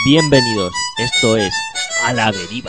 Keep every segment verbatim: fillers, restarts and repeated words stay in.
Bienvenidos, esto es A la Deriva.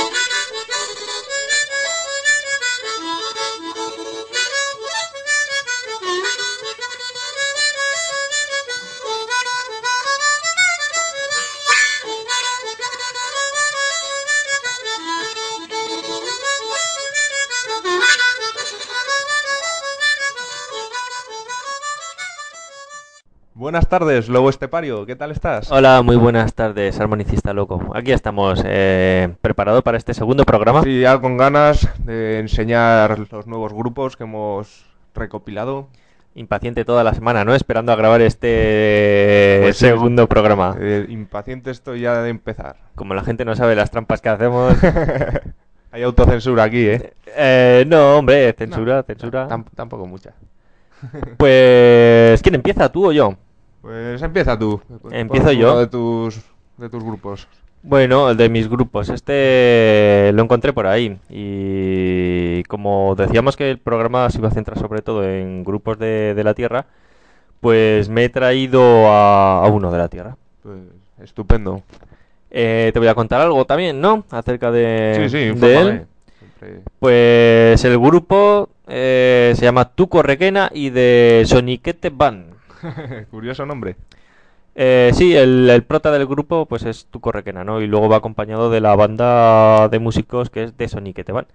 Buenas tardes, Lobo Estepario, ¿qué tal estás? Hola, muy buenas tardes, armonicista loco. Aquí estamos, eh, preparado para este segundo programa. Sí, ya con ganas de enseñar los nuevos grupos que hemos recopilado. Impaciente toda la semana, ¿no? Esperando a grabar este Pues sí, segundo programa. Eh, impaciente estoy ya de empezar. Como la gente no sabe las trampas que hacemos... Hay autocensura aquí, ¿eh? eh no, hombre, censura, No, censura. Tamp- tampoco mucha. Pues... ¿quién empieza, tú o yo? Pues empieza tú. Empiezo Pon yo. uno de tus, de tus grupos. Bueno, el de mis grupos. Este lo encontré por ahí. Y como decíamos que el programa se iba a centrar sobre todo en grupos de, de la Tierra, pues me he traído a, a uno de la Tierra. Pues estupendo. Eh, te voy a contar algo también, ¿no? Acerca de, Sí, sí, de infórmame. él. Siempre- Pues el grupo eh, se llama Tuco Requena y de Soniquete Band. Curioso nombre. Eh, sí, el, el prota del grupo pues es Tuco Requena, ¿no? Y luego va acompañado de la banda de músicos que es de Soniquete Band.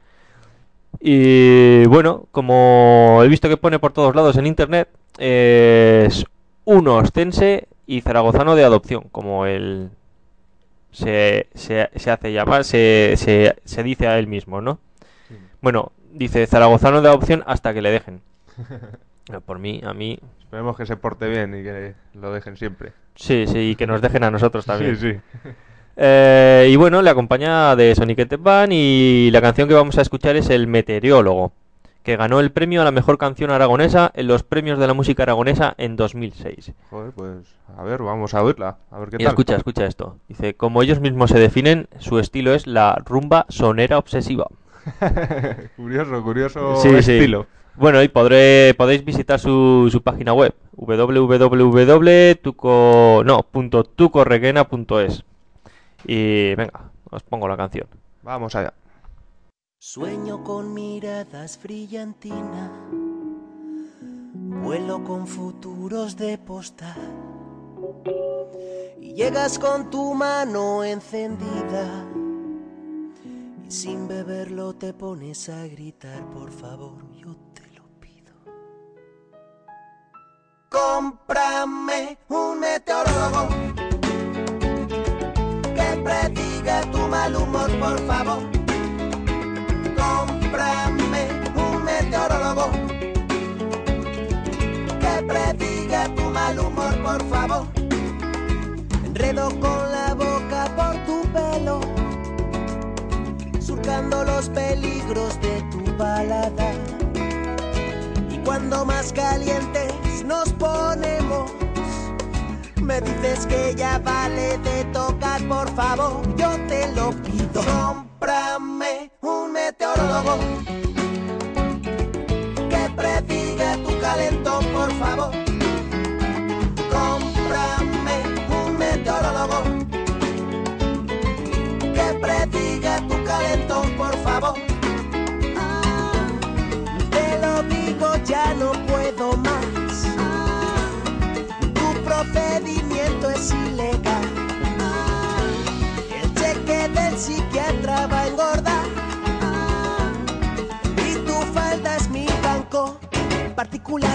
Y bueno, como he visto que pone por todos lados en internet, eh, es un ostense y zaragozano de adopción, como él se, se, se hace llamar, se, se, se dice a él mismo, ¿no? Sí. Bueno, dice zaragozano de adopción hasta que le dejen. Eh, Por mí, a mí, Esperemos que se porte bien y que lo dejen siempre. sí, sí, y que nos dejen a nosotros también. Sí, sí. Eh, y bueno, le acompaña de Soniquete Band y la canción que vamos a escuchar es El Meteorólogo, que ganó el premio a la mejor canción aragonesa en los premios de la música aragonesa en dos mil seis. Joder, pues a ver, vamos a oírla. A ver qué Y tal. escucha, escucha esto. Dice, como ellos mismos se definen, su estilo es la rumba sonera obsesiva. Curioso, curioso Sí, sí. estilo. Bueno, y podré, podéis visitar su, su página web, w w w punto tucorrequena punto es. Y venga, os pongo la canción. Vamos allá. Sueño con miradas brillantinas, vuelo con futuros de postal, y llegas con tu mano encendida, y sin beberlo te pones a gritar, por favor, yo te lo pido. Cómprame un meteorólogo que prediga tu mal humor, por favor. Cómprame un meteorólogo que prediga tu mal humor, por favor. Enredo con la boca por tu pelo, surcando los peligros de tu paladar. Y cuando más calientes nos ponemos, me dices que ya vale de tocar, por favor, yo te lo pido. Cómprame un meteorólogo que prediga tu calentón, por favor. Cómprame un meteorólogo que prediga tu calentón, por favor. Ah, te lo digo, ya no puedo más. Ah, tu procedimiento es ilegal. Ah, el cheque del psiquiatra va a engordar. Ah, y tu falda es mi banco particular.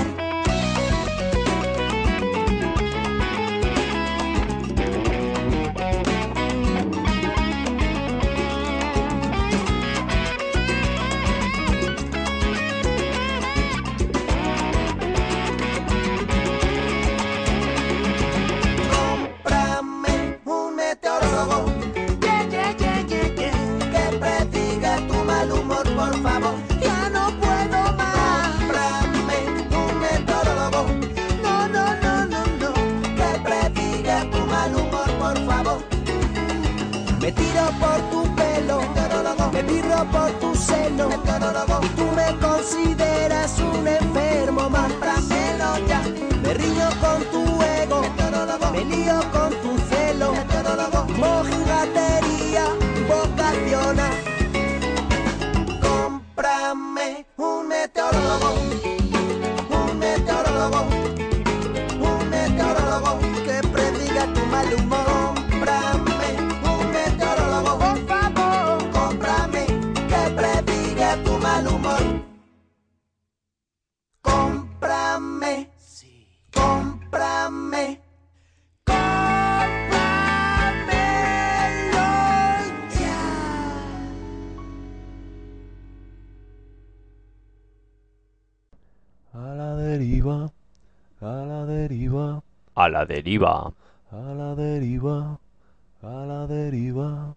Cómprame un meteorólogo, yeah, yeah, yeah, yeah, yeah, que prediga tu mal humor, por favor. Ya no puedo más. Cómprame un meteorólogo, no, no, no, no, no, que prediga tu mal humor, por favor. Me tiro por tu pelo, meteorólogo, me tiro por tu seno, meteorólogo, y tú me consideras un enfermo más. Cómpramelo ya. Me riño con tu ego, meteorólogo, me lío con tu celo. Meteorólogo, mojigatería vocaciona. Cómprame un meteorólogo, un meteorólogo, un meteorólogo que prediga tu mal humor. Cómprame un meteorólogo, por favor. Cómprame que prediga tu mal humor. Cómprame, sí. Cómprame, cómpramelo ya. A la deriva, a la deriva, A la deriva. a la deriva, a la deriva.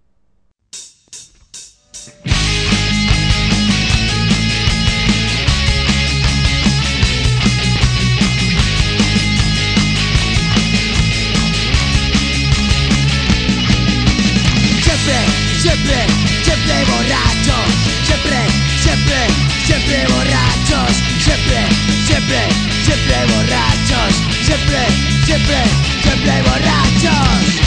Siempre, siempre, siempre borrachos. Siempre, siempre, siempre borrachos. Siempre, siempre, siempre borrachos. Siempre, siempre, siempre borrachos.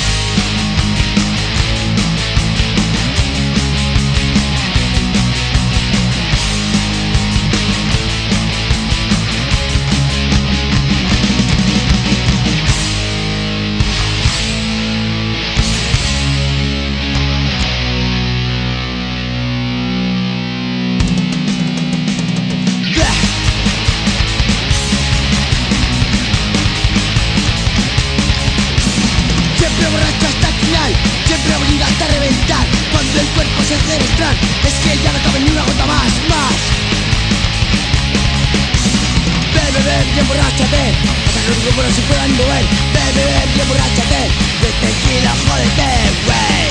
Siempre borracho hasta el final, siempre obligado a reventar. Cuando el cuerpo se hace extraño, es que ya no cabe ni una gota más, más. Bebe, bebe y emborráchate, hasta que los grupos no se puedan mover. Bebe, bebe y emborráchate, de tequila, jódete, wey.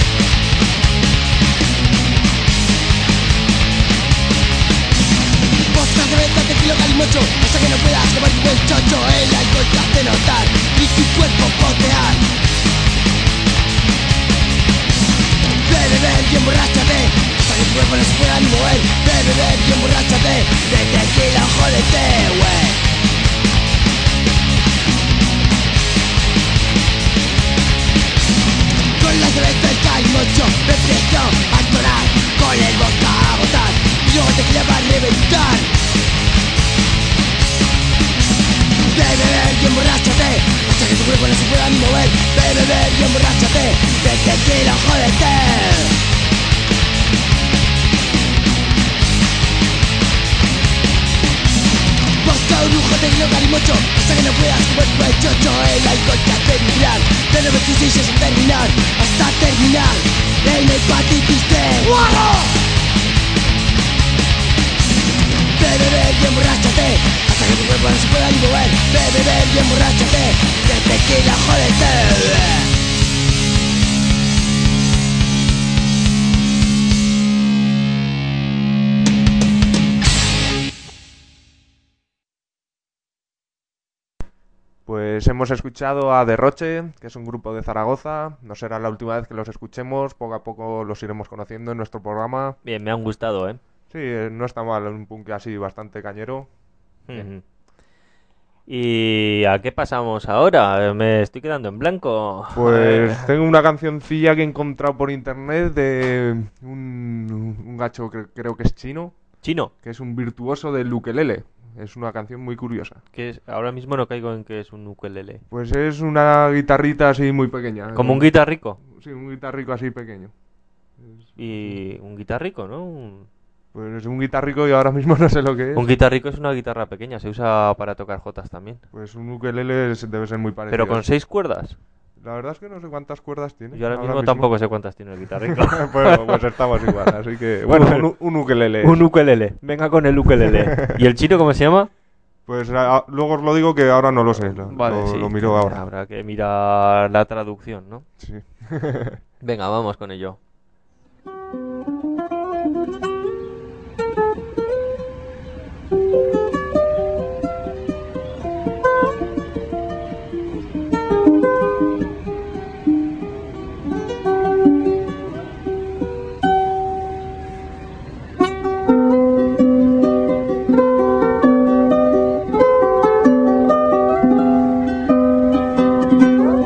Vodka, cerveza, tequila, calimocho, hasta que no puedas comerte el chocho. El alcohol te hace notar y tu cuerpo potear. Bebe, bebe y emborráchate, hasta que tu cuerpo no se pueda ni mover. Bebe, bebe y emborráchate, de tequila, jódete, wey. Con la cerveza el calimocho me empiezo a atorar, con el vodka a agotar y luego tequila para reventar. Bebe, bebe y emborráchate, hasta que tu cuerpo no se pueda ni mover. Bebe, bebe y emborráchate, de tequila, jódete. Vodka, orujo, tequila, calimocho, hasta que no puedas comer tu el chocho. El alcohol te hace vibrar, de noventa y seis hasta terminar, hasta terminar en hepatitis C. Bebe, bebe y emborráchate, hasta que tu cuerpo no se pueda ni mover. Bebe, bebe y emborráchate, de tequila, jódete. Pues hemos escuchado a Derroche, que es un grupo de Zaragoza. No será la última vez que los escuchemos, poco a poco los iremos conociendo en nuestro programa. Bien, me han gustado, ¿eh? Sí, eh, no está mal, un punk así bastante cañero. Ujú. ¿Y a qué pasamos ahora? Me estoy quedando en blanco. Pues tengo una cancioncilla que he encontrado por internet de un, un gacho que creo que es chino, Chino, que es un virtuoso del ukelele. Es una canción muy curiosa. que es, ahora mismo no caigo en que es un ukelele. Pues es una guitarrita así muy pequeña. Como un guitarrico. Sí, un guitarrico así pequeño. Y un guitarrico, ¿no? Un, Pues es un guitarrico y ahora mismo no sé lo que es. un guitarrico es una guitarra pequeña, se usa para tocar jotas también. Pues un ukelele es- debe ser muy parecido. Pero con seis cuerdas. La verdad es que no sé cuántas cuerdas tiene. Yo ahora mismo tampoco sé cuántas tiene el guitarrico. Bueno, pues estamos igual, así que... Bueno, un, un ukelele. Un ukelele. Venga con el ukelele. ¿Y el chino cómo se llama? Pues a- luego os lo digo que ahora no lo sé. Lo, Vale, lo, sí. lo miro ahora. Habrá que mirar la traducción, ¿no? Sí. Venga, vamos con ello. Thank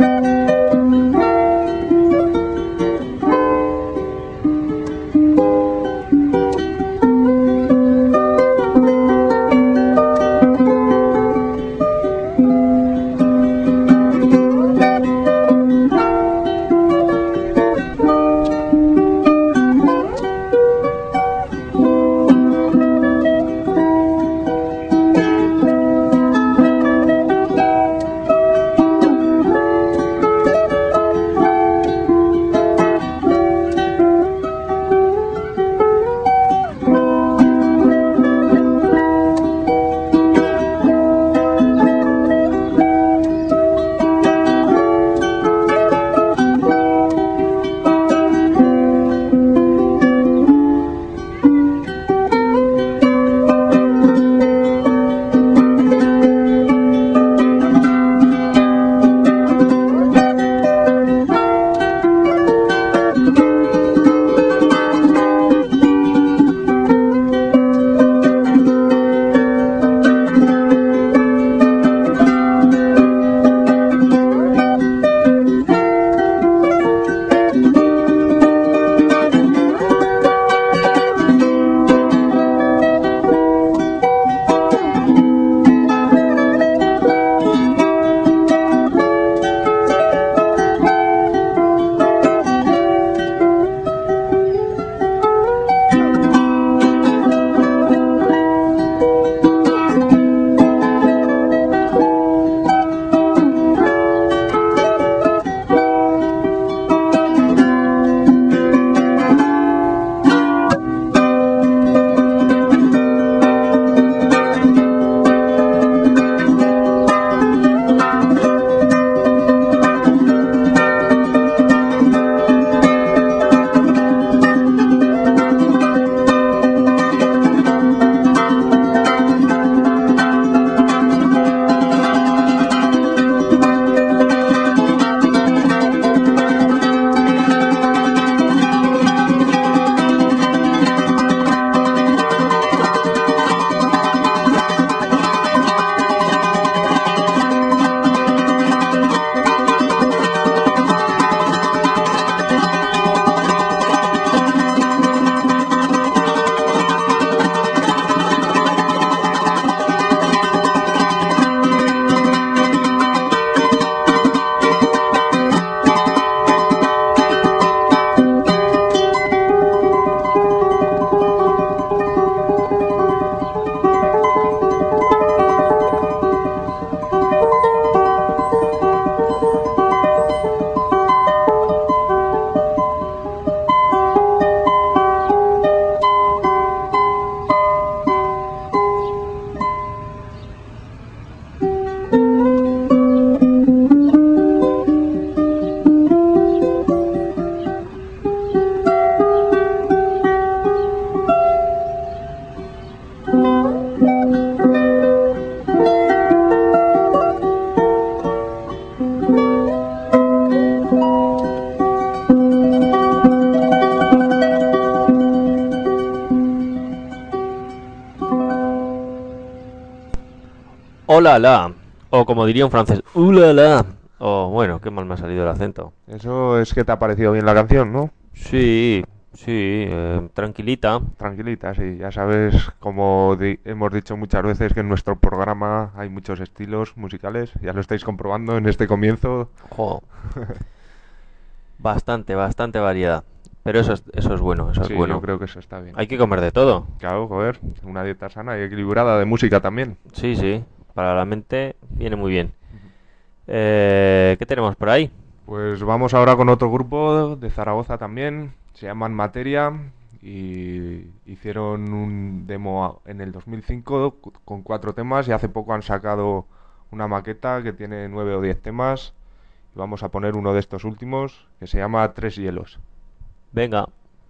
la la. O como diría un francés, uh la la. O bueno, qué mal me ha salido el acento. Eso es que te ha parecido bien la canción, ¿no? Sí, sí, eh, tranquilita. Tranquilita, sí. Ya sabes, como di- hemos dicho muchas veces, que en nuestro programa hay muchos estilos musicales. Ya lo estáis comprobando en este comienzo. Jo. Bastante, bastante variedad. Pero eso es, eso es bueno, eso Sí, es bueno. yo creo que eso está bien. Hay que comer de todo. Claro, joder, una dieta sana y equilibrada de música también. Sí, sí, para la mente viene muy bien. Eh, ¿qué tenemos por ahí? Pues vamos ahora con otro grupo de Zaragoza también. Se llaman Materia y hicieron un demo en el dos mil cinco cu- con cuatro temas y hace poco han sacado una maqueta que tiene nueve o diez temas. Y vamos a poner uno de estos últimos que se llama Tres Hielos. Venga.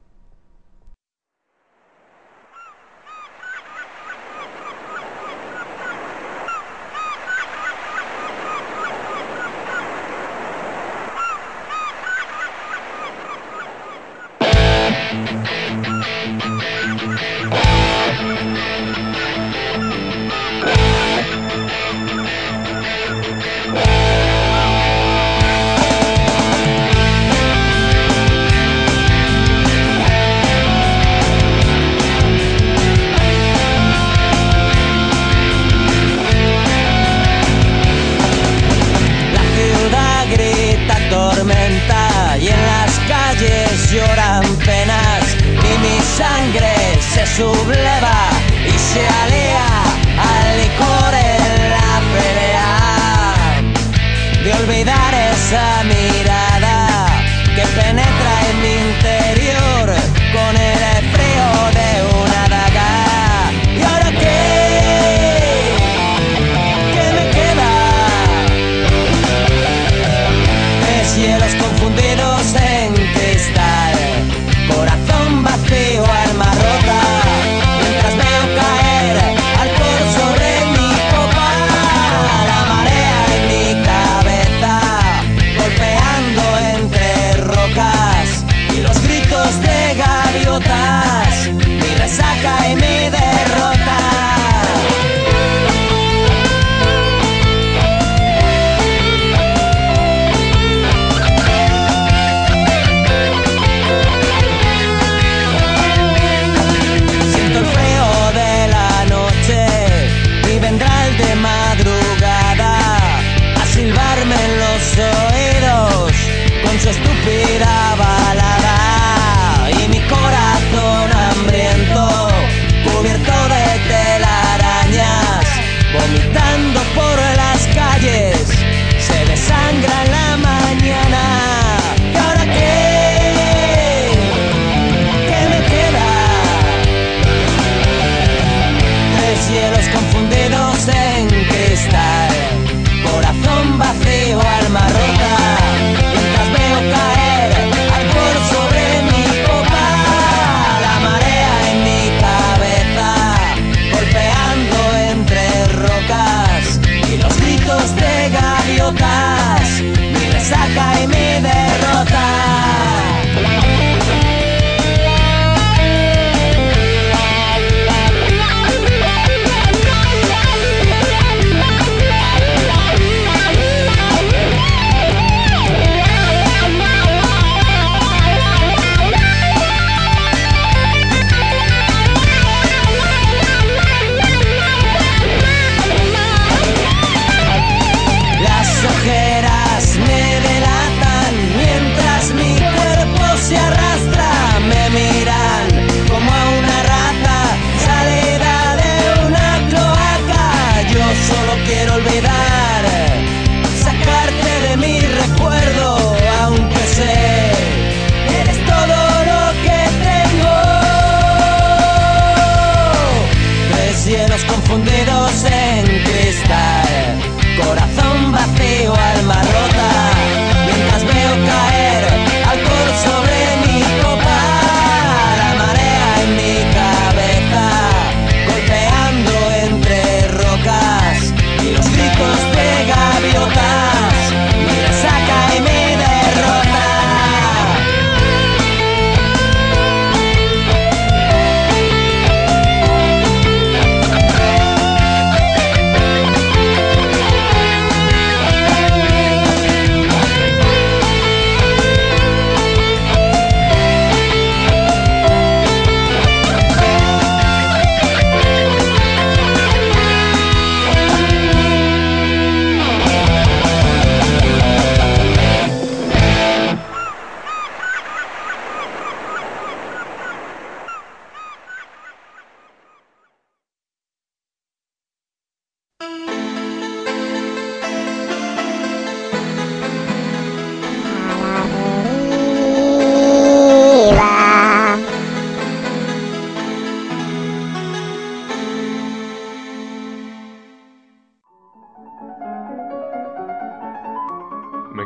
La ciudad grita tormenta y en las calles lloran penas y mi sangre se subleva y se alía al licor en la pelea de olvidar esa mirada que penetra en mi interior con el frío de una daga. ¿Y ahora qué? ¿Qué me queda? Tres hielos confundidos en cristal, corazón vacío, alma rota, mientras veo caer alcohol sobre mi copa, la marea en mi cabeza, golpea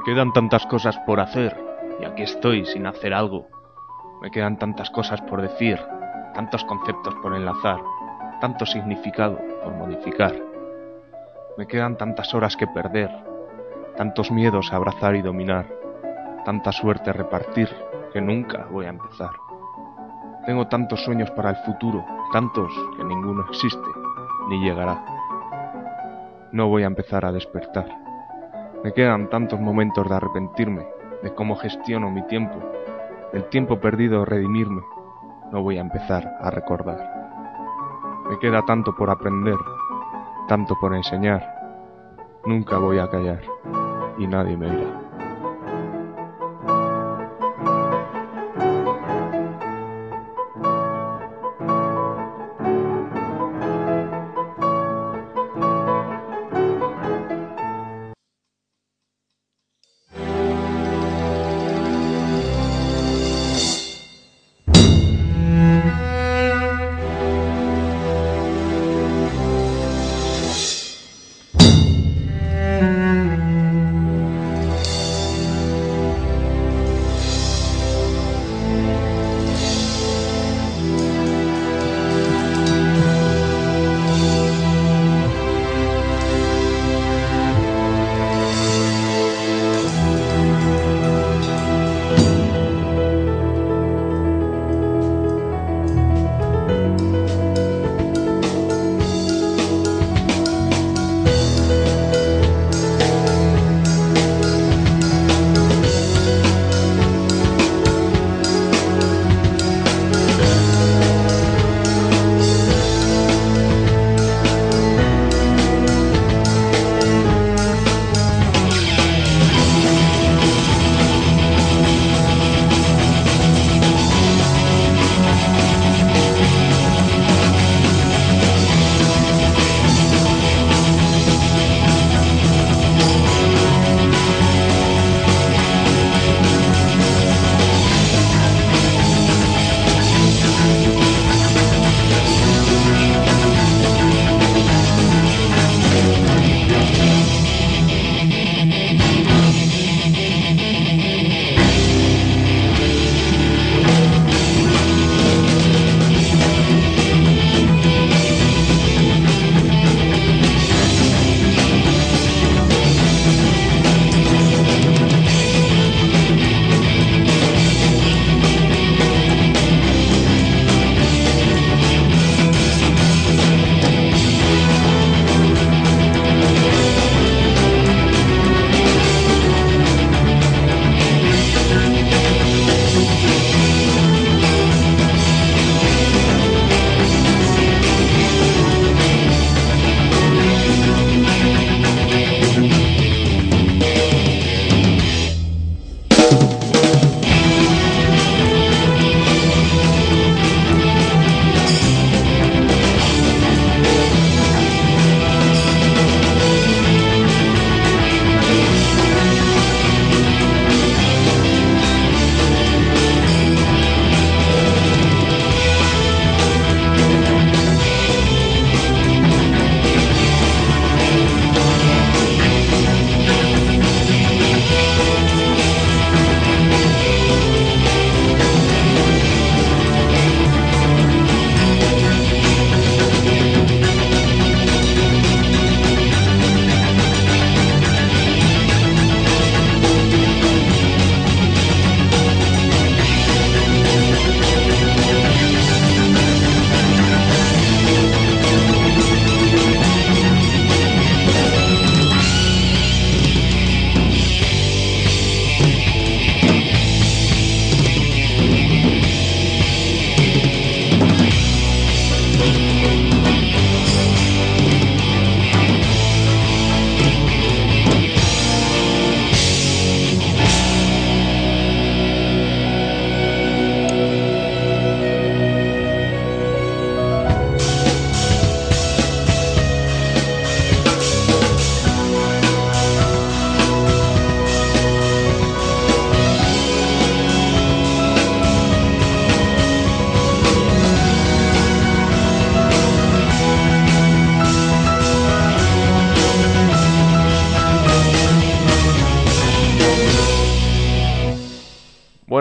quedan tantas cosas por hacer y aquí estoy sin hacer algo. Me quedan tantas cosas por decir, tantos conceptos por enlazar, tanto significado por modificar. Me quedan tantas horas que perder, tantos miedos a abrazar y dominar, tanta suerte a repartir que nunca voy a empezar. Tengo tantos sueños para el futuro, tantos que ninguno existe ni llegará. No voy a empezar a despertar. Me quedan tantos momentos de arrepentirme de cómo gestiono mi tiempo, del tiempo perdido redimirme. No voy a empezar a recordar. Me queda tanto por aprender, tanto por enseñar. Nunca voy a callar y nadie me oirá.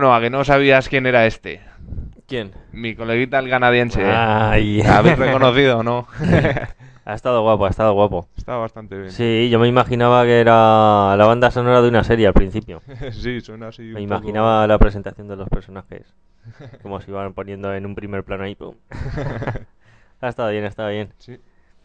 Bueno, a que no sabías quién era este. ¿Quién? Mi coleguita el canadiense. Ay. ¿La habéis reconocido o no? Ha estado guapo, ha estado guapo. Está bastante bien. Sí, yo me imaginaba que era la banda sonora de una serie al principio. Sí, suena así. Me un poco- imaginaba la presentación de los personajes. Como se iban poniendo en un primer plano ahí. Pum. Ha estado bien, ha estado bien. Sí.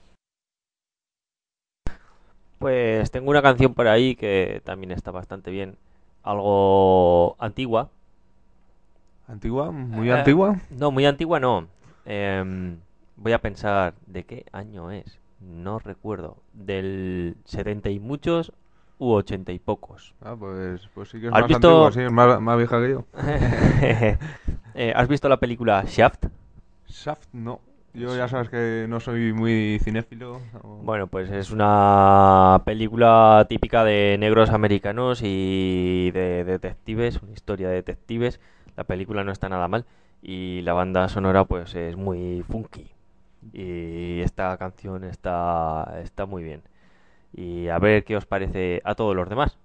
Pues tengo una canción por ahí que también está bastante bien. Algo antigua. ¿Antigua? ¿Muy Eh, antigua? No, muy antigua no. Em, voy a pensar de qué año es. No recuerdo. Del setenta y muchos u ochenta y pocos. Ah, pues, pues sí que es ¿Has más visto- antigua, sí, es más, más vieja que yo. Eh, ¿Has visto la película Shaft? Shaft, no. Yo ya sabes que no soy muy cinéfilo. o- Bueno, pues es una película típica de negros americanos y de detectives, una historia de detectives. La película no está nada mal y la banda sonora pues es muy funky. Y esta canción está, está muy bien. Y a ver qué os parece a todos los demás.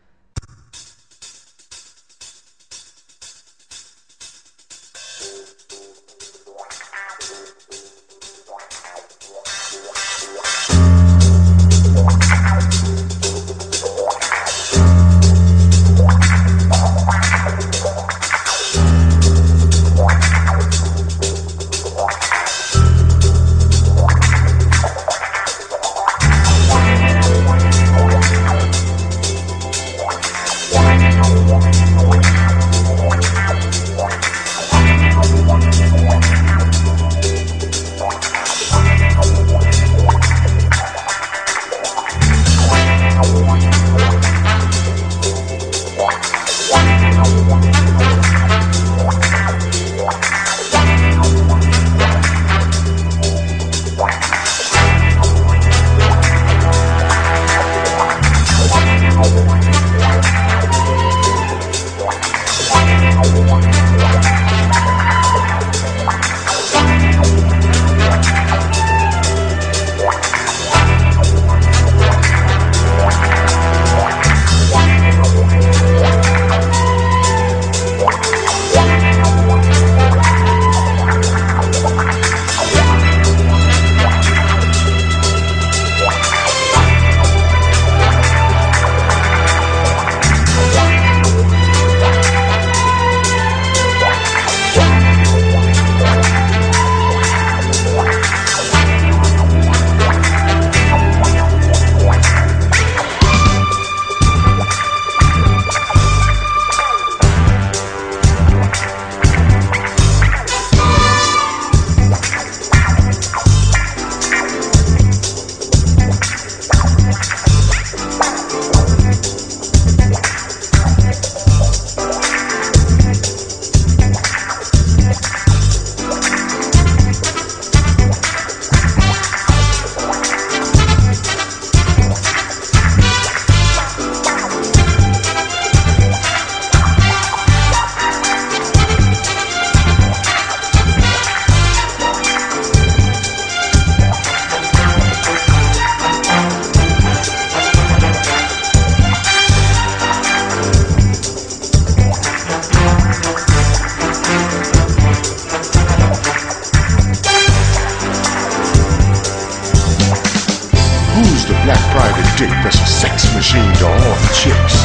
Who's the black private dick that's a sex machine to all the chicks?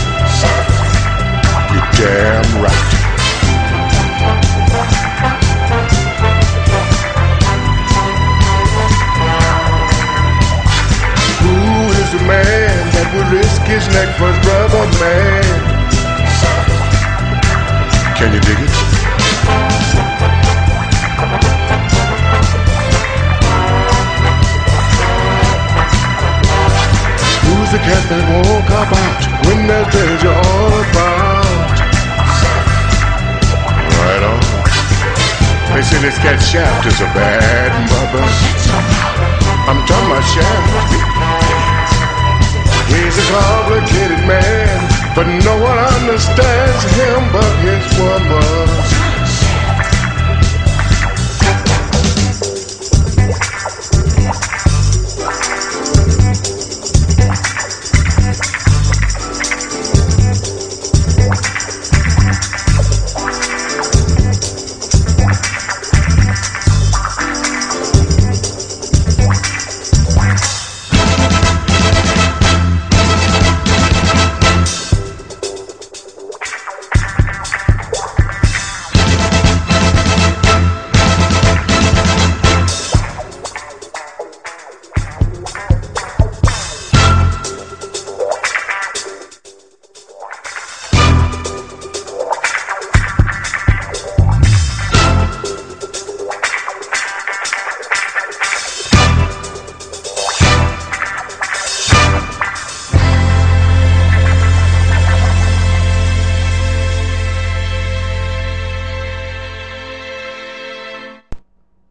You're damn right. Who is the man that would risk his neck for his brother, man? Can you dig it? Who's the cat that won't cop out when there's danger all about? Right on. They say this cat Shaft is a bad mother. I'm talking about Shaft. He's a complicated man, but no one understands him but his woman.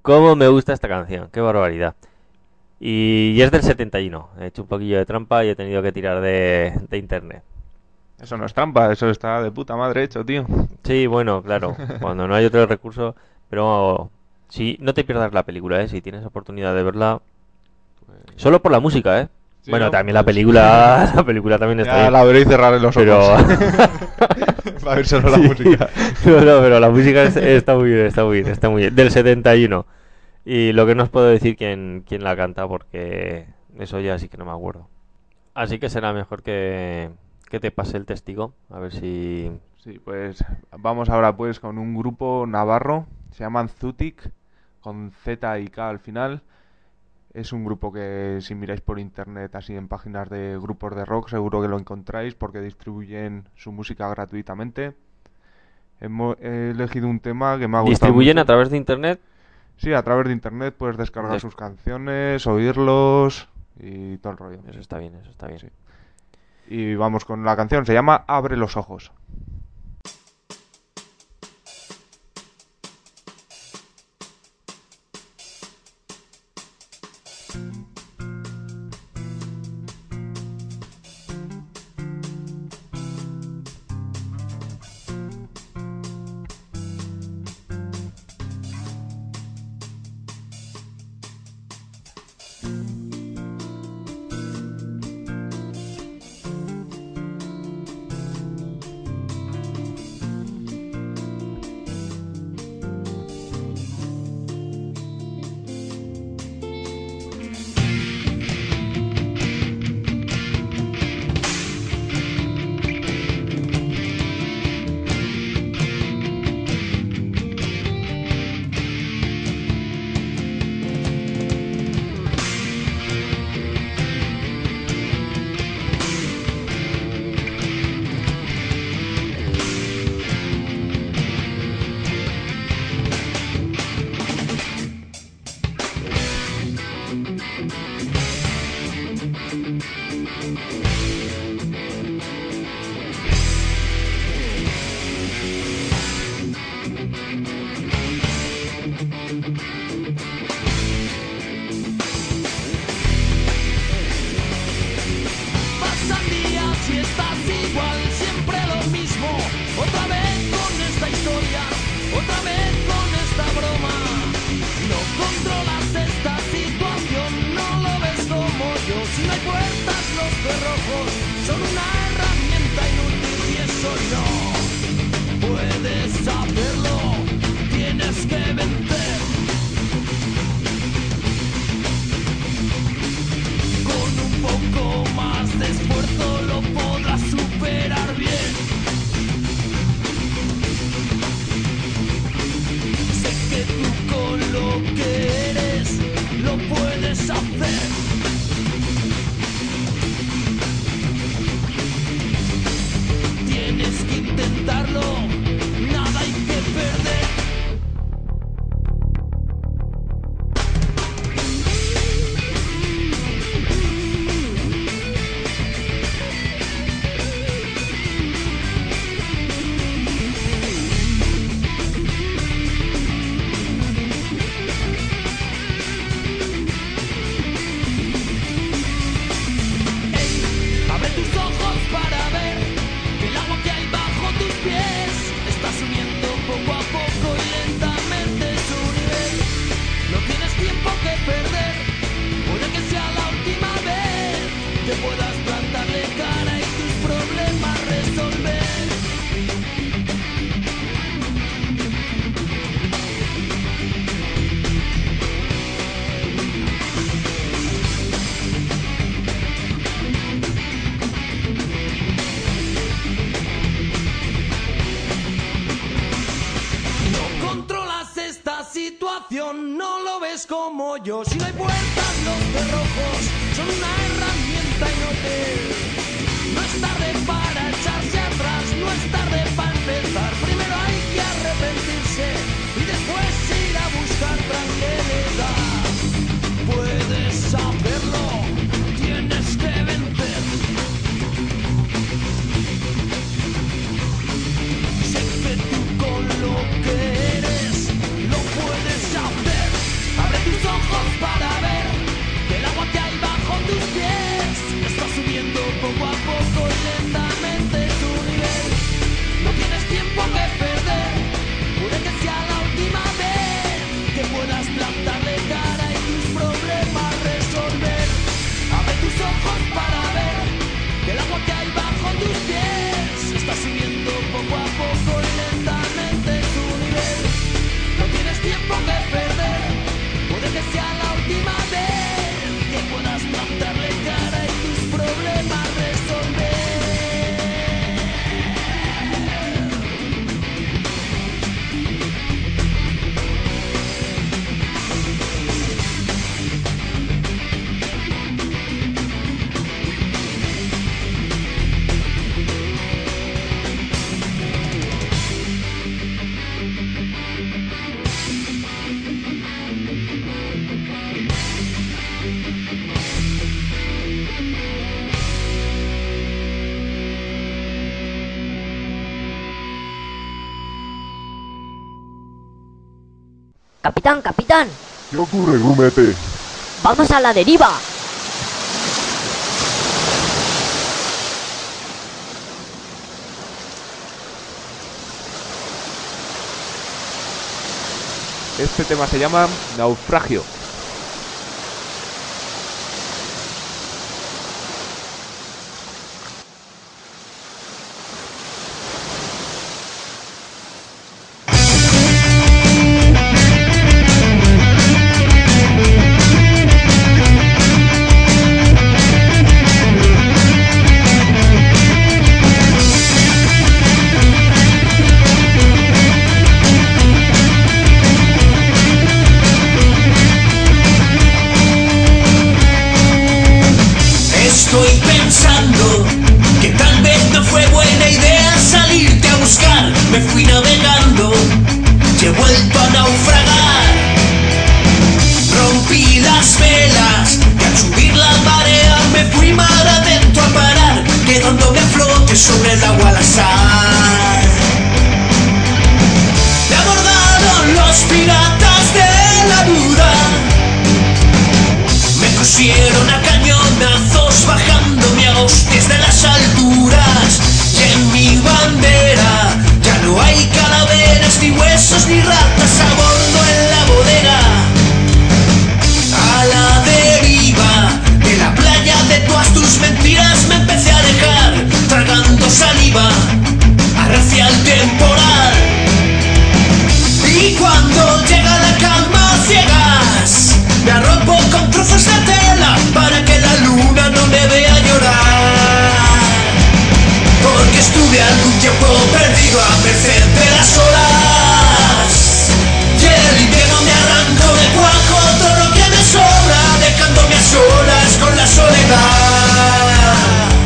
cómo me gusta esta canción, qué barbaridad. Y, y es del setenta y uno. He hecho un poquillo de trampa y he tenido que tirar de, de internet. Eso no es trampa, eso está de puta madre hecho, tío. Sí, bueno, claro, cuando no hay otro recurso. Pero sí, no te pierdas la película, ¿eh? Si tienes oportunidad de verla. Solo por la música, ¿eh? Sí, bueno, ¿no? también la Pues- película, la película también está Ya bien. la veré y cerraré los Pero... ojos. Para ver solo la Sí. música. No, no, pero la música es- está muy bien, está muy bien, está muy bien. Del setenta y uno. Y lo que no os puedo decir quién, quién la canta porque eso ya sí que no me acuerdo. Así que será mejor que, que te pase el testigo. A ver si... Sí, pues vamos ahora pues con un grupo navarro, se llaman Zutik, con Z y K al final. Es un grupo que si miráis por internet, así en páginas de grupos de rock, seguro que lo encontráis porque distribuyen su música gratuitamente. Hemo- he elegido un tema que me ha gustado ¿Distribuyen mucho. a través de internet? Sí, a través de internet puedes descargar Des- sus canciones, oírlos y todo el rollo. Eso está bien, eso está bien. Sí. Y vamos con la canción, se llama Abre los ojos. Pasan días y estás igual, siempre lo mismo. Otra vez con esta historia, otra vez con esta broma. No controlas esta situación, no lo ves como yo. Si no hay puertas, los cerrojos son una herramienta inútil y eso no puedes saberlo. Tienes que vencer. Con un poco más de esfuerzo lo podrás superar bien. Sé que tú con lo que eres lo puedes hacer. Tienes que intentarlo, nada hay que perder. Ey, abre tus ojos para ver que el agua que hay bajo tus pies está subiendo poco a poco y lentamente su nivel. No tienes tiempo que perder, puede que sea la última vez que puedas plantarle cara y tus problemas resolver. No controlas esta situación, no lo ves como yo. Si no hay puertas, los cerrojos son una herramienta inútil. No es tarde para echarse atrás, no es tarde para empezar. Primero hay que arrepentirse y después ir a buscar tranquilidad. Puedes hacerlo, tienes que vencer. Sé que tú con lo que eres lo puedes hacer. Capitán, capitán, ¿Qué ocurre, grumete? vamos a la deriva. Este tema se llama Naufragio. Estoy pensando que tal vez no fue buena idea salirte a buscar. Me fui navegando y he vuelto a naufragar. Rompí las velas y al subir la marea me fui mar adentro a parar, quedándome a flote sobre el agua al azar. Me abordaron los piratas de la duda, me cosieron a cañonazos bajándome a hostias de las alturas. Y en mi bandera ya no hay calaveras, ni huesos, ni ratas a bordo en la bodega. A la deriva de la playa de todas tus mentiras me empecé a alejar, tragando saliva, arrecia el temporal. Y cuando llega la calma ciegas, me arropo con trozos de tela para que la luna no me vea llorar. Porque estuve algún tiempo perdido a merced de las olas, y el invierno me arrancó de cuajo todo lo que me sobra, dejándome a solas con la soledad.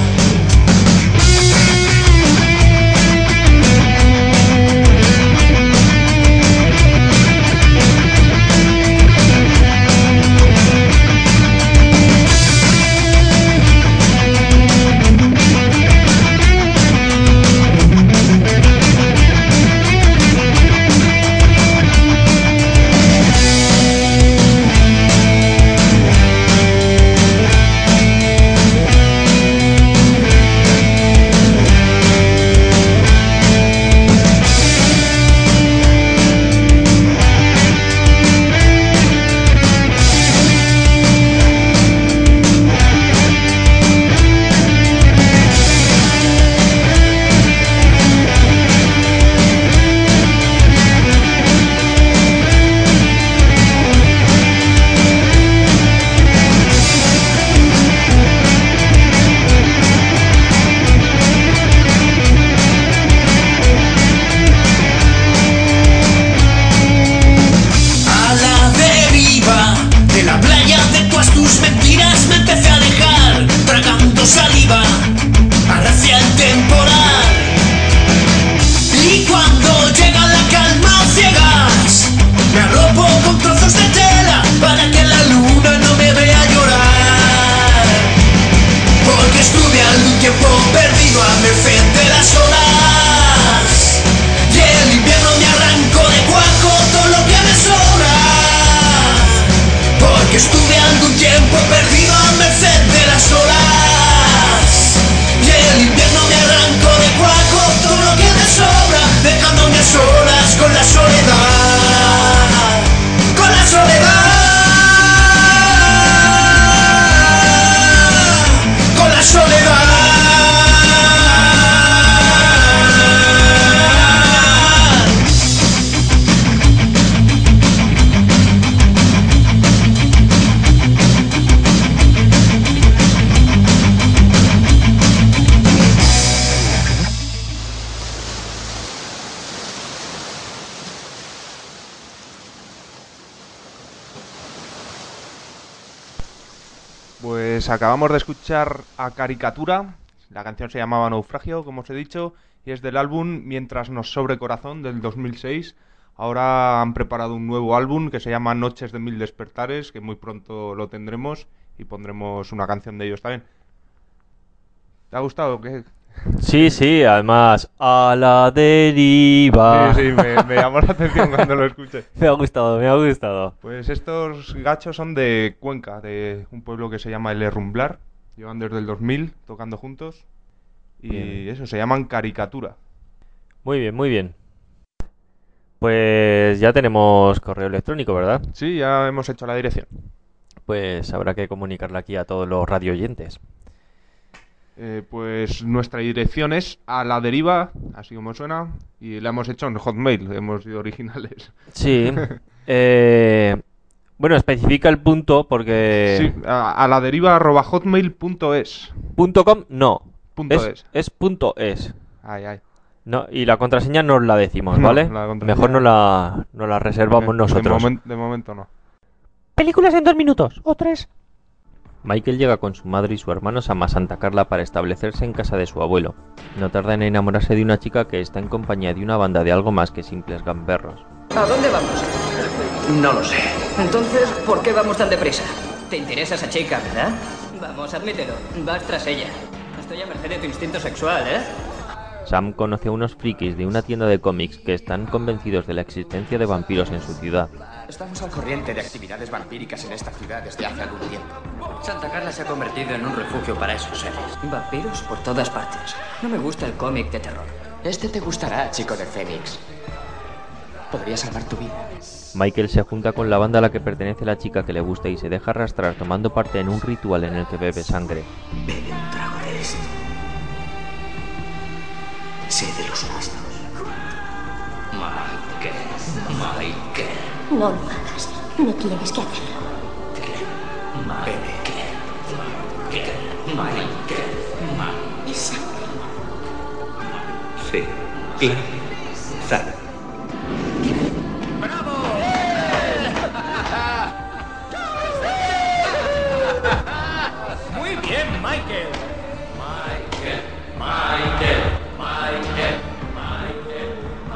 Pues acabamos de escuchar a Caricatura, la canción se llamaba Naufragio, como os he dicho, y es del álbum Mientras nos sobre corazón, del dos mil seis. Ahora han preparado un nuevo álbum que se llama Noches de Mil Despertares, que muy pronto lo tendremos y pondremos una canción de ellos también. ¿Te ha gustado? ¿Qué, Sí, sí, además, a la deriva. Sí, sí, me, me llamó la atención cuando lo escuché. Me ha gustado, me ha gustado. Pues estos gachos son de Cuenca, de un pueblo que se llama El Herrumblar. Llevan desde el dos mil tocando juntos. Y Bien. eso, se llaman Caricatura. Muy bien, muy bien. Pues ya tenemos correo electrónico, ¿verdad? Sí, ya hemos hecho la dirección. Pues habrá que comunicarle aquí a todos los radio oyentes. Eh, pues nuestra dirección es a la deriva, así como suena, y la hemos hecho en Hotmail, hemos sido originales. Sí. eh, bueno, especifica el punto porque... Sí, a, a la deriva arroba hotmail punto es. Punto .com no. Punto es, es. es punto es. Ay, ay. No, y la contraseña nos la decimos, No, ¿vale? la contraseña- Mejor no la, no la reservamos De- nosotros. De, momen- de momento no. Películas en dos minutos o tres. Michael llega con su madre y su hermano Sam a Santa Carla para establecerse en casa de su abuelo. No tarda en enamorarse de una chica que está en compañía de una banda de algo más que simples gamberros. ¿A dónde vamos? No lo sé. Entonces, ¿por qué vamos tan deprisa? Te interesa esa chica, ¿verdad? Vamos, admítelo. Vas tras ella. Estoy a merced de tu instinto sexual, ¿eh? Sam conoce a unos frikis de una tienda de cómics que están convencidos de la existencia de vampiros en su ciudad. Estamos al corriente de actividades vampíricas en esta ciudad desde hace algún tiempo. Santa Carla se ha convertido en un refugio para esos seres. Vampiros por todas partes. No me gusta el cómic de terror. Este te gustará, chico de Fénix. Podría salvar tu vida. Michael se junta con la banda a la que pertenece la chica que le gusta y se deja arrastrar tomando parte en un ritual en el que bebe sangre. Bebe un trago de esto. Sé de los justos. Michael, Michael, No lo hagas. No tienes que hacerlo. Michael, Michael, Michael. Sí, claro. Sal. Muy bien, Michael. Michael, Michael, Michael, Michael,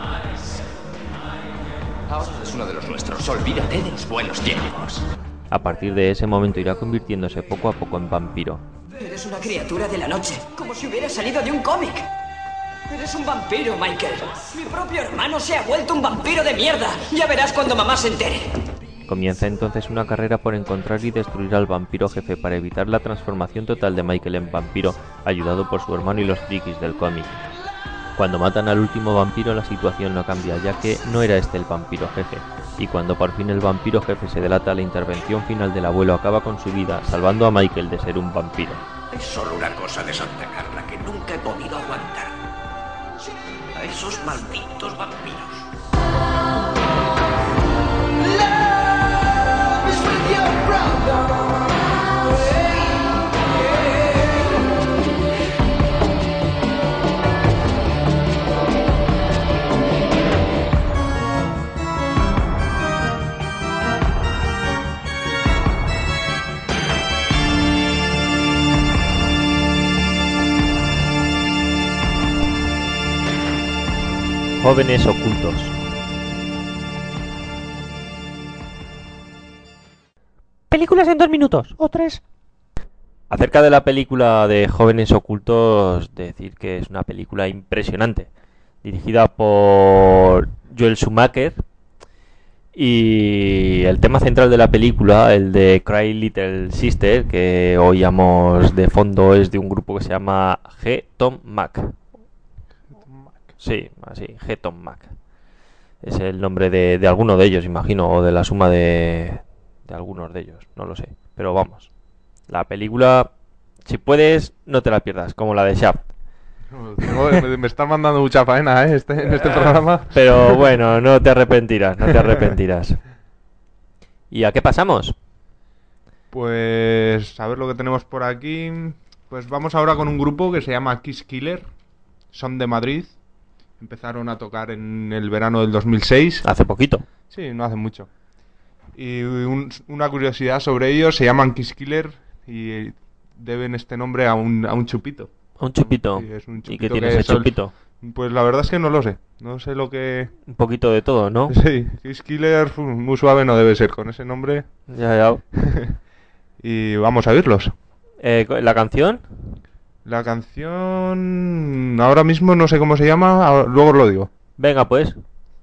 Ahora es uno de los nuestros. Olvídate de los buenos tiempos. A partir de ese momento irá convirtiéndose poco a poco en vampiro. Eres una criatura de la noche, como si hubieras salido de un cómic. Eres un vampiro, Michael. Mi propio hermano se ha vuelto un vampiro de mierda. Ya verás cuando mamá se entere. Comienza entonces una carrera por encontrar y destruir al vampiro jefe para evitar la transformación total de Michael en vampiro, ayudado por su hermano y los frikis del cómic. Cuando matan al último vampiro la situación no cambia, ya que no era este el vampiro jefe, y cuando por fin el vampiro jefe se delata, la intervención final del abuelo acaba con su vida, salvando a Michael de ser un vampiro. Es solo una cosa de Santa Carla que nunca he podido aguantar. A esos malditos vampiros. Jóvenes ocultos. Películas en dos minutos o tres. Acerca de la película de Jóvenes Ocultos, decir que es una película impresionante, dirigida por Joel Schumacher, y el tema central de la película, el de Cry Little Sister, que oíamos de fondo, es de un grupo que se llama G. Tom Mac. Sí, así, G. Tom Mac. Es el nombre de, de alguno de ellos, imagino, o de la suma de, de algunos de ellos, no lo sé. Pero vamos, la película, si puedes, no te la pierdas, como la de Shaft. Tengo- me, me está mandando mucha faena, ¿eh? Este, en este programa. Pero bueno, no te arrepentirás, no te arrepentirás. ¿Y a qué pasamos? Pues a ver lo que tenemos por aquí. Pues vamos ahora con un grupo que se llama Kiss Killer. Son de Madrid. Empezaron a tocar en el verano del dos mil seis. Hace poquito. Sí, no hace mucho. Y un- una curiosidad sobre ellos, se llaman Kiss Killer y deben este nombre a un, a un chupito. Un chupito. Sí, es un ¿Y chupito qué tiene que ese sol- chupito? Pues la verdad es que no lo sé. No sé lo que... Un poquito de todo, ¿no? Sí, Kiss Killer fu, muy suave no debe ser con ese nombre. Ya, ya. Y vamos a oírlos. Eh, ¿la canción? La canción... Ahora mismo no sé cómo se llama, ahora- luego os lo digo. Venga, pues.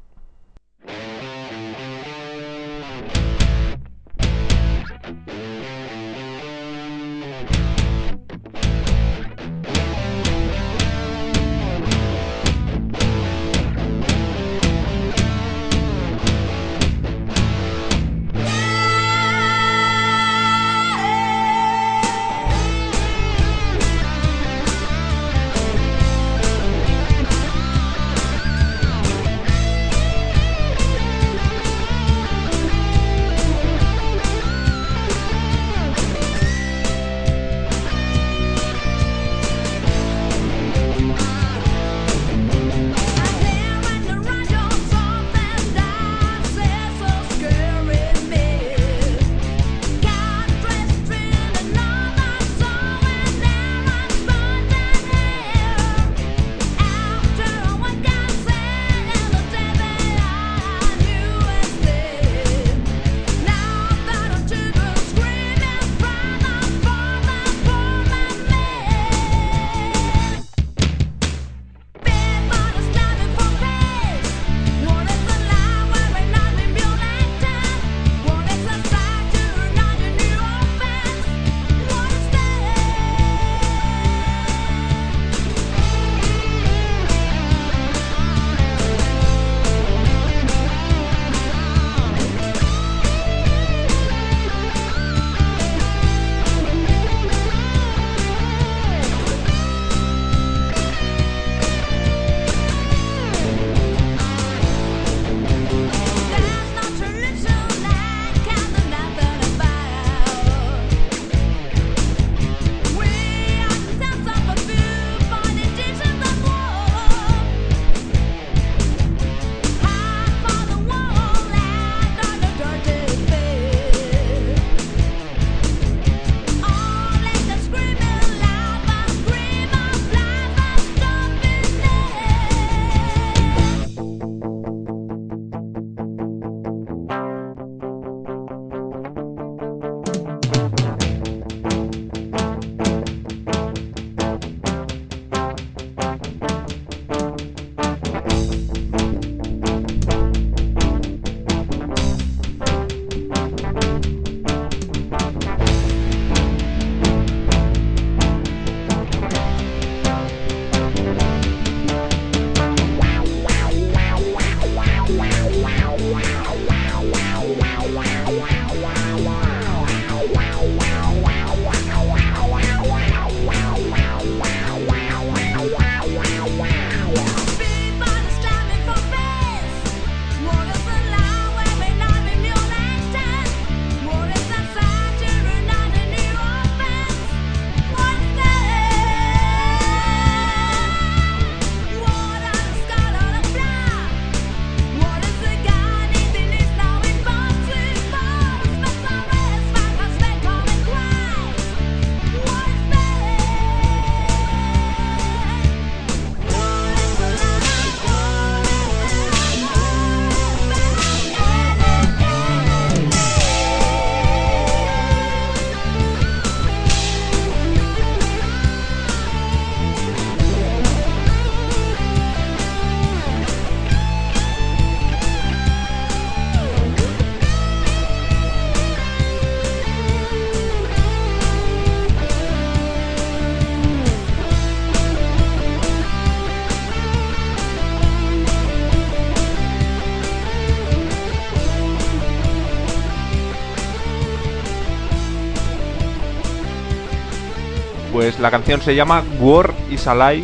Pues la canción se llama War is a Lie.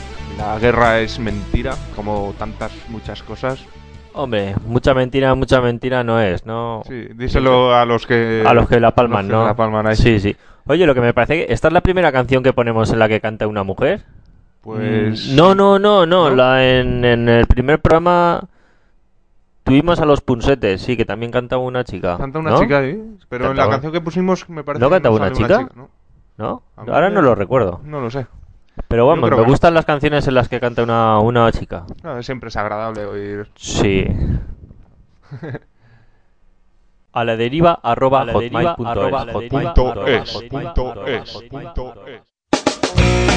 La guerra es mentira, como tantas, muchas cosas. Hombre, mucha mentira, mucha mentira no es, ¿no? Sí, díselo a los que... A los que la palman, los que ¿no? la palman ahí. Sí, sí. Oye, lo que me parece que... ¿Esta es la primera canción que ponemos en la que canta una mujer? Pues... Mm, No, no, no, no. ¿No? La, en, en el primer programa tuvimos a los Punsetes, sí, que también cantaba una chica. Canta una ¿no? chica ahí, pero en la Cantaba. canción que pusimos me parece ¿No que cantaba sale una chica? ¿no? ¿No? A mí Ahora me- no lo recuerdo. No lo sé. Pero Yo vamos, creo me que no. gustan las canciones en las que canta una, una chica. No, siempre es agradable oír... Sí. A la deriva arroba hotmail punto es. Punto es, punto es, punto es.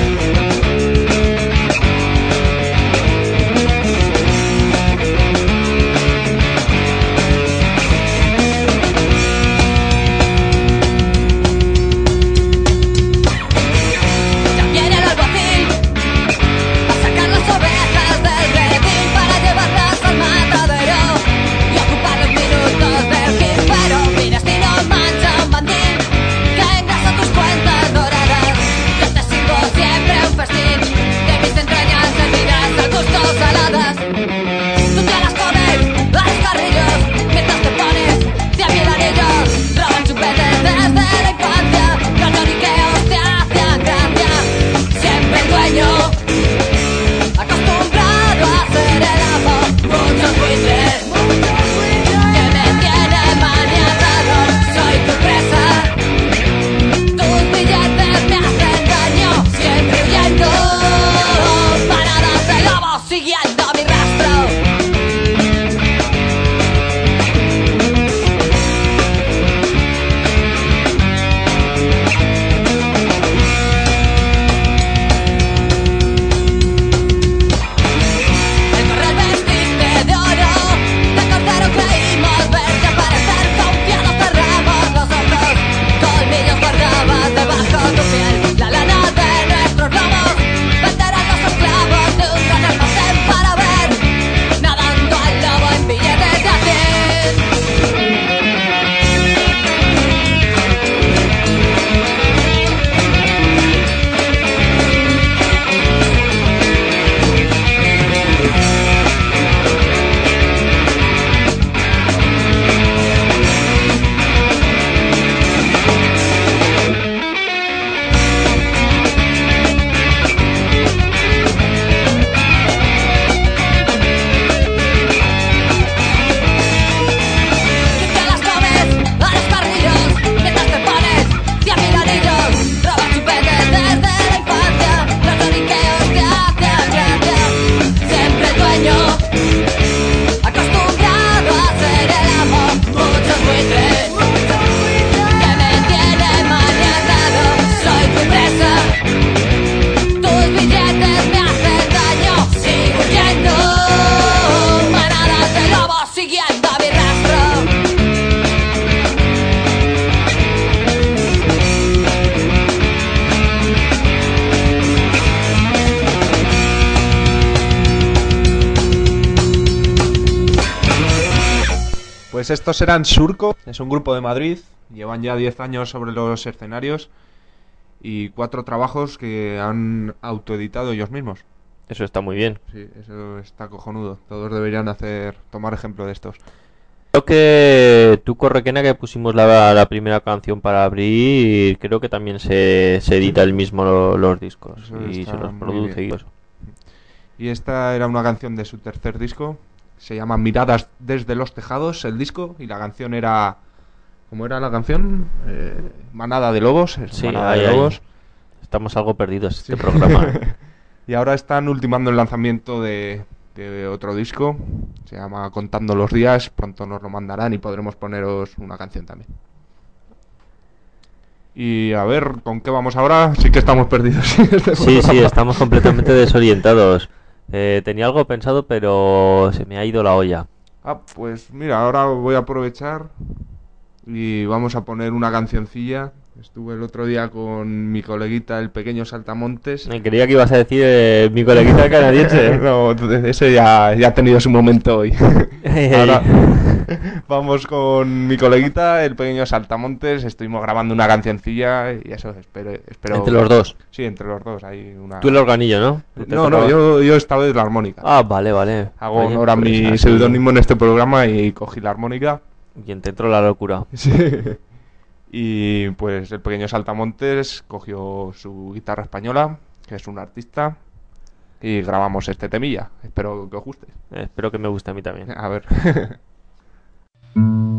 Pues estos eran Surco, es un grupo de Madrid, llevan ya diez años sobre los escenarios y cuatro trabajos que han autoeditado ellos mismos. Eso está muy bien. Sí, eso está cojonudo. Todos deberían hacer, tomar ejemplo de estos. Creo que tú, Correquena, que pusimos la, la primera canción para abrir, creo que también se, se edita el mismo lo- los discos Eso y está se los muy produce y bien. eso. Y esta era una canción de su tercer disco. Se llama Miradas desde los tejados, el disco. Y la canción era... ¿Cómo era la canción? Eh, Manada de lobos. es Sí, Manada ahí, de ahí. lobos. Estamos algo perdidos este Sí. programa. ¿eh? Y ahora están ultimando el lanzamiento de, de otro disco. Se llama Contando los días. Pronto nos lo mandarán y podremos poneros una canción también. Y a ver, ¿con qué vamos ahora? Sí que estamos perdidos. en este Sí, sí, programa. estamos completamente desorientados. Eh, tenía algo pensado, pero se me ha ido la olla. Ah, pues mira, ahora voy a aprovechar y vamos a poner una cancioncilla. Estuve el otro día con mi coleguita, el pequeño Saltamontes. Me creía que ibas a decir eh, mi coleguita canadiense. No, ese ya, ya ha tenido su momento hoy. Ahora vamos con mi coleguita, el pequeño Saltamontes. Estuvimos grabando una cancioncilla y eso, espero... espero Entre los dos. Sí, entre los dos. Hay una... Tú el organillo, ¿no? Te No, no, tocaba. yo, yo esta vez la armónica. Ah, vale, vale. Hago Oye, honor a pues mi así- seudónimo en este programa y cogí la armónica. Quien te entró la locura. Sí. Y pues el pequeño Saltamontes cogió su guitarra española, que es un artista, y grabamos este temilla. Espero que os guste. Eh, espero que me guste a mí también. A ver.